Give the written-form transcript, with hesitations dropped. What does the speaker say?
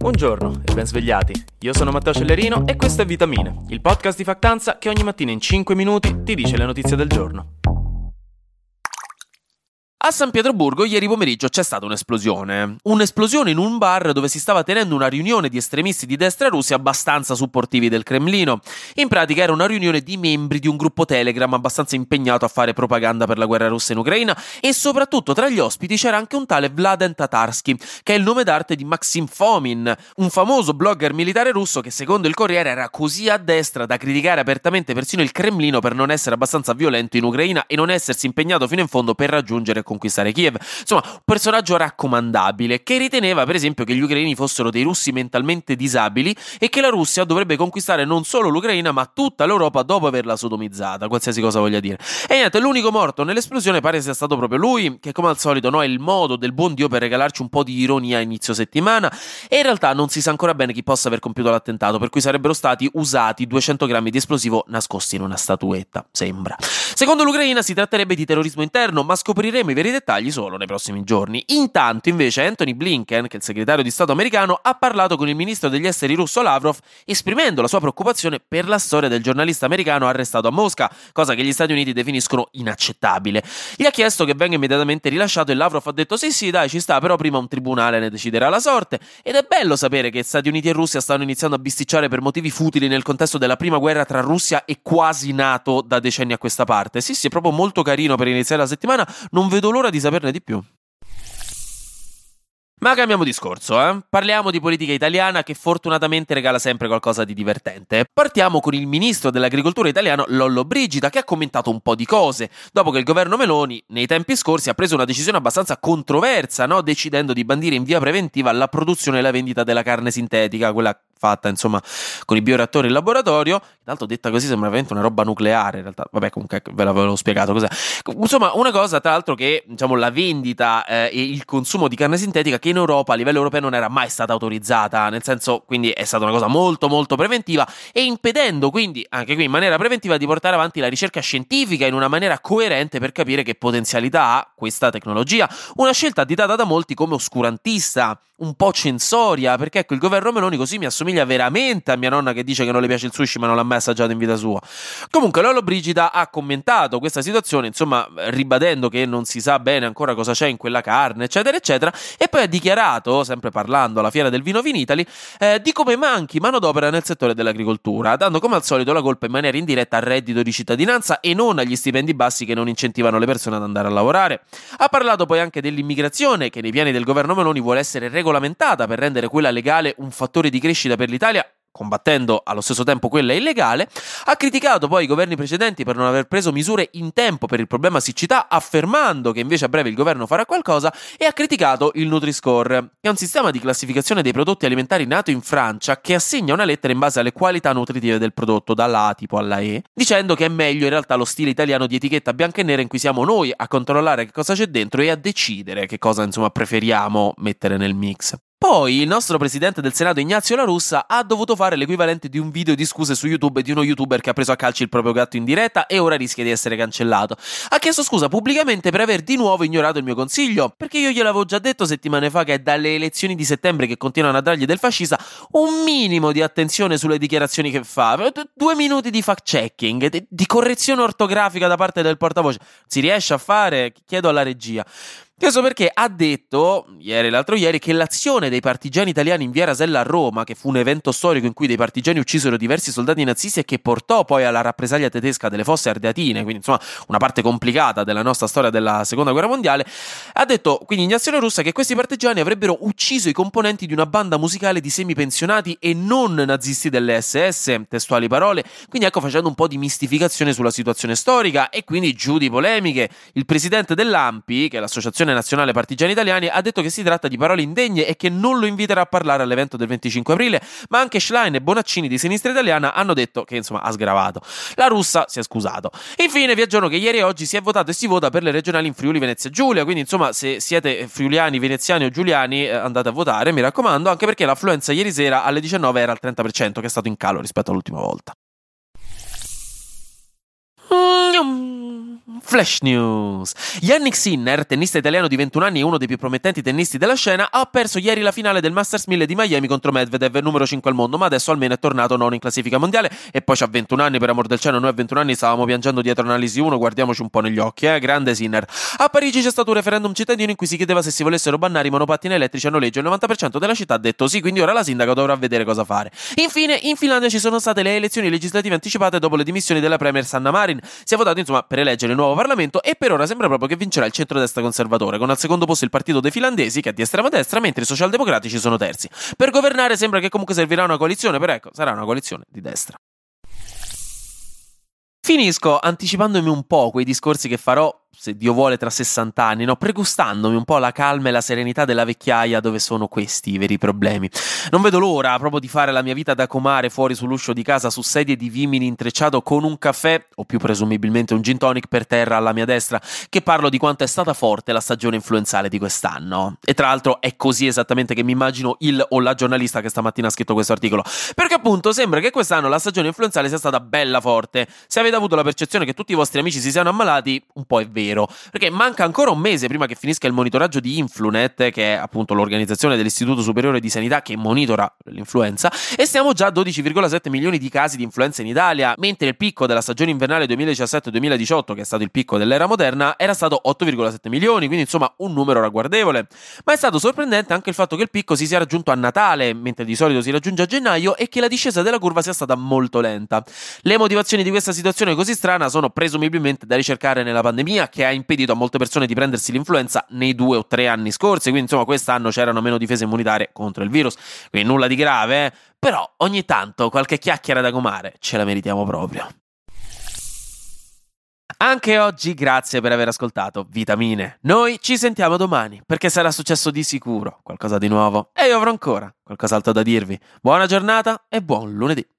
Buongiorno e ben svegliati. Io sono Matteo Cellerino e questo è Vitamine, il podcast di Factanza che ogni mattina in 5 minuti ti dice le notizie del giorno. A San Pietroburgo ieri pomeriggio c'è stata un'esplosione in un bar dove si stava tenendo una riunione di estremisti di destra russi abbastanza supportivi del Cremlino. In pratica era una riunione di membri di un gruppo Telegram abbastanza impegnato a fare propaganda per la guerra russa in Ucraina e soprattutto tra gli ospiti c'era anche un tale Vladen Tatarsky, che è il nome d'arte di Maxim Fomin, un famoso blogger militare russo che secondo il Corriere era così a destra da criticare apertamente persino il Cremlino per non essere abbastanza violento in Ucraina e non essersi impegnato fino in fondo per raggiungere e conquistare Kiev. Insomma, un personaggio raccomandabile che riteneva per esempio che gli ucraini fossero dei russi mentalmente disabili e che la Russia dovrebbe conquistare non solo l'Ucraina ma tutta l'Europa dopo averla sodomizzata, qualsiasi cosa voglia dire. E niente, l'unico morto nell'esplosione pare sia stato proprio lui, che come al solito è il modo del buon Dio per regalarci un po' di ironia a inizio settimana, e in realtà non si sa ancora bene chi possa aver compiuto l'attentato, per cui sarebbero stati usati 200 grammi di esplosivo nascosti in una statuetta, sembra. Secondo l'Ucraina si tratterebbe di terrorismo interno, ma scopriremo i veri dettagli solo nei prossimi giorni. Intanto invece Antony Blinken, che è il segretario di Stato americano, ha parlato con il ministro degli esteri russo Lavrov esprimendo la sua preoccupazione per la storia del giornalista americano arrestato a Mosca, cosa che gli Stati Uniti definiscono inaccettabile. Gli ha chiesto che venga immediatamente rilasciato e Lavrov ha detto sì dai ci sta, però prima un tribunale ne deciderà la sorte. Ed è bello sapere che Stati Uniti e Russia stanno iniziando a bisticciare per motivi futili nel contesto della prima guerra tra Russia e quasi NATO da decenni a questa parte. Sì, è proprio molto carino per iniziare la settimana, non vedo l'ora di saperne di più. Ma cambiamo discorso, Parliamo di politica italiana che fortunatamente regala sempre qualcosa di divertente. Partiamo con il ministro dell'agricoltura italiano Lollobrigida, che ha commentato un po' di cose, dopo che il governo Meloni, nei tempi scorsi, ha preso una decisione abbastanza controversa, decidendo di bandire in via preventiva la produzione e la vendita della carne sintetica, quella fatta insomma con i bioreattori in laboratorio. Tanto detta così sembra veramente una roba nucleare in realtà, vabbè comunque ve l'avevo spiegato cos'è. Insomma una cosa tra l'altro che la vendita e il consumo di carne sintetica che in Europa a livello europeo non era mai stata autorizzata, nel senso quindi è stata una cosa molto molto preventiva e impedendo quindi anche qui in maniera preventiva di portare avanti la ricerca scientifica in una maniera coerente per capire che potenzialità ha questa tecnologia, una scelta additata da molti come oscurantista, un po' censoria, perché ecco il governo Meloni così mi assomiglia veramente a mia nonna che dice che non le piace il sushi ma non l'ha mai assaggiato in vita sua. Comunque Lollobrigida ha commentato questa situazione, insomma ribadendo che non si sa bene ancora cosa c'è in quella carne eccetera eccetera, e poi ha dichiarato, sempre parlando alla fiera del vino Vinitaly, di come manchi manodopera nel settore dell'agricoltura, dando come al solito la colpa in maniera indiretta al reddito di cittadinanza e non agli stipendi bassi che non incentivano le persone ad andare a lavorare. Ha parlato poi anche dell'immigrazione che nei piani del governo Meloni vuole essere regolamentata per rendere quella legale un fattore di crescita per l'Italia, combattendo allo stesso tempo quella illegale. Ha criticato poi i governi precedenti per non aver preso misure in tempo per il problema siccità, affermando che invece a breve il governo farà qualcosa, e ha criticato il Nutri-Score, che è un sistema di classificazione dei prodotti alimentari nato in Francia che assegna una lettera in base alle qualità nutritive del prodotto, dalla A tipo alla E, dicendo che è meglio in realtà lo stile italiano di etichetta bianca e nera in cui siamo noi a controllare che cosa c'è dentro e a decidere che cosa preferiamo mettere nel mix. Poi il nostro presidente del Senato Ignazio La Russa ha dovuto fare l'equivalente di un video di scuse su YouTube di uno youtuber che ha preso a calci il proprio gatto in diretta e ora rischia di essere cancellato. Ha chiesto scusa pubblicamente per aver di nuovo ignorato il mio consiglio, perché io gliel'avevo già detto settimane fa che è dalle elezioni di settembre che continuano a dargli del fascista un minimo di attenzione sulle dichiarazioni che fa. 2 minuti di fact checking, di correzione ortografica da parte del portavoce. Si riesce a fare? Chiedo alla regia. Questo perché ha detto, ieri e l'altro ieri, che l'azione dei partigiani italiani in via Rasella a Roma, che fu un evento storico in cui dei partigiani uccisero diversi soldati nazisti e che portò poi alla rappresaglia tedesca delle fosse ardeatine, quindi una parte complicata della nostra storia della seconda guerra mondiale, ha detto quindi Ignazio La Russa che questi partigiani avrebbero ucciso i componenti di una banda musicale di semipensionati e non nazisti delle SS, testuali parole, quindi ecco facendo un po' di mistificazione sulla situazione storica e quindi giù di polemiche. Il presidente dell'ANPI, che è l'associazione nazionale partigiani italiani, ha detto che si tratta di parole indegne e che non lo inviterà a parlare all'evento del 25 aprile, ma anche Schlein e Bonaccini di Sinistra Italiana hanno detto che ha sgravato. La Russa si è scusato. Infine vi aggiorno che ieri e oggi si è votato e si vota per le regionali in Friuli Venezia Giulia, quindi se siete friuliani, veneziani o giuliani andate a votare, mi raccomando, anche perché l'affluenza ieri sera alle 19 era al 30%, che è stato in calo rispetto all'ultima volta. Flash News. Jannik Sinner, tennista italiano di 21 anni e uno dei più promettenti tennisti della scena, ha perso ieri la finale del Masters 1000 di Miami contro Medvedev, numero 5 al mondo, ma adesso almeno è tornato nono in classifica mondiale e poi c'ha 21 anni, per amor del cielo. Noi a 21 anni stavamo piangendo dietro analisi 1, guardiamoci un po' negli occhi, grande Sinner. A Parigi c'è stato un referendum cittadino in cui si chiedeva se si volessero bannare i monopattini elettrici a noleggio. Il 90% della città ha detto sì, quindi ora la sindaca dovrà vedere cosa fare. Infine, in Finlandia ci sono state le elezioni legislative anticipate dopo le dimissioni della premier Sanna Marin. Si è votato insomma per eleggere il nuovo Parlamento e per ora sembra proprio che vincerà il centrodestra conservatore, con al secondo posto il partito dei finlandesi, che è di estrema destra, mentre i socialdemocratici sono terzi. Per governare sembra che comunque servirà una coalizione, però ecco, sarà una coalizione di destra. Finisco anticipandomi un po' quei discorsi che farò, se Dio vuole, tra 60 anni, no? Pregustandomi un po' la calma e la serenità della vecchiaia, dove sono questi i veri problemi. Non vedo l'ora proprio di fare la mia vita da comare fuori sull'uscio di casa su sedie di vimini intrecciato con un caffè, o più presumibilmente un gin tonic per terra alla mia destra, che parlo di quanto è stata forte la stagione influenzale di quest'anno. E tra l'altro è così esattamente che mi immagino il o la giornalista che stamattina ha scritto questo articolo, perché appunto sembra che quest'anno la stagione influenzale sia stata bella forte. Se avete avuto la percezione che tutti i vostri amici si siano ammalati, un po' è vero, perché manca ancora un mese prima che finisca il monitoraggio di Influnet, che è appunto l'organizzazione dell'Istituto Superiore di Sanità che monitora l'influenza, e stiamo già a 12,7 milioni di casi di influenza in Italia, mentre il picco della stagione invernale 2017-2018, che è stato il picco dell'era moderna, era stato 8,7 milioni, quindi insomma un numero ragguardevole. Ma è stato sorprendente anche il fatto che il picco si sia raggiunto a Natale, mentre di solito si raggiunge a gennaio, e che la discesa della curva sia stata molto lenta. Le motivazioni di questa situazione così strana sono presumibilmente da ricercare nella pandemia, che ha impedito a molte persone di prendersi l'influenza nei 2 o 3 anni scorsi, quindi insomma quest'anno c'erano meno difese immunitarie contro il virus, quindi nulla di grave, però ogni tanto qualche chiacchiera da comare ce la meritiamo proprio. Anche oggi grazie per aver ascoltato Vitamine. Noi ci sentiamo domani, perché sarà successo di sicuro qualcosa di nuovo e io avrò ancora qualcos'altro da dirvi. Buona giornata e buon lunedì.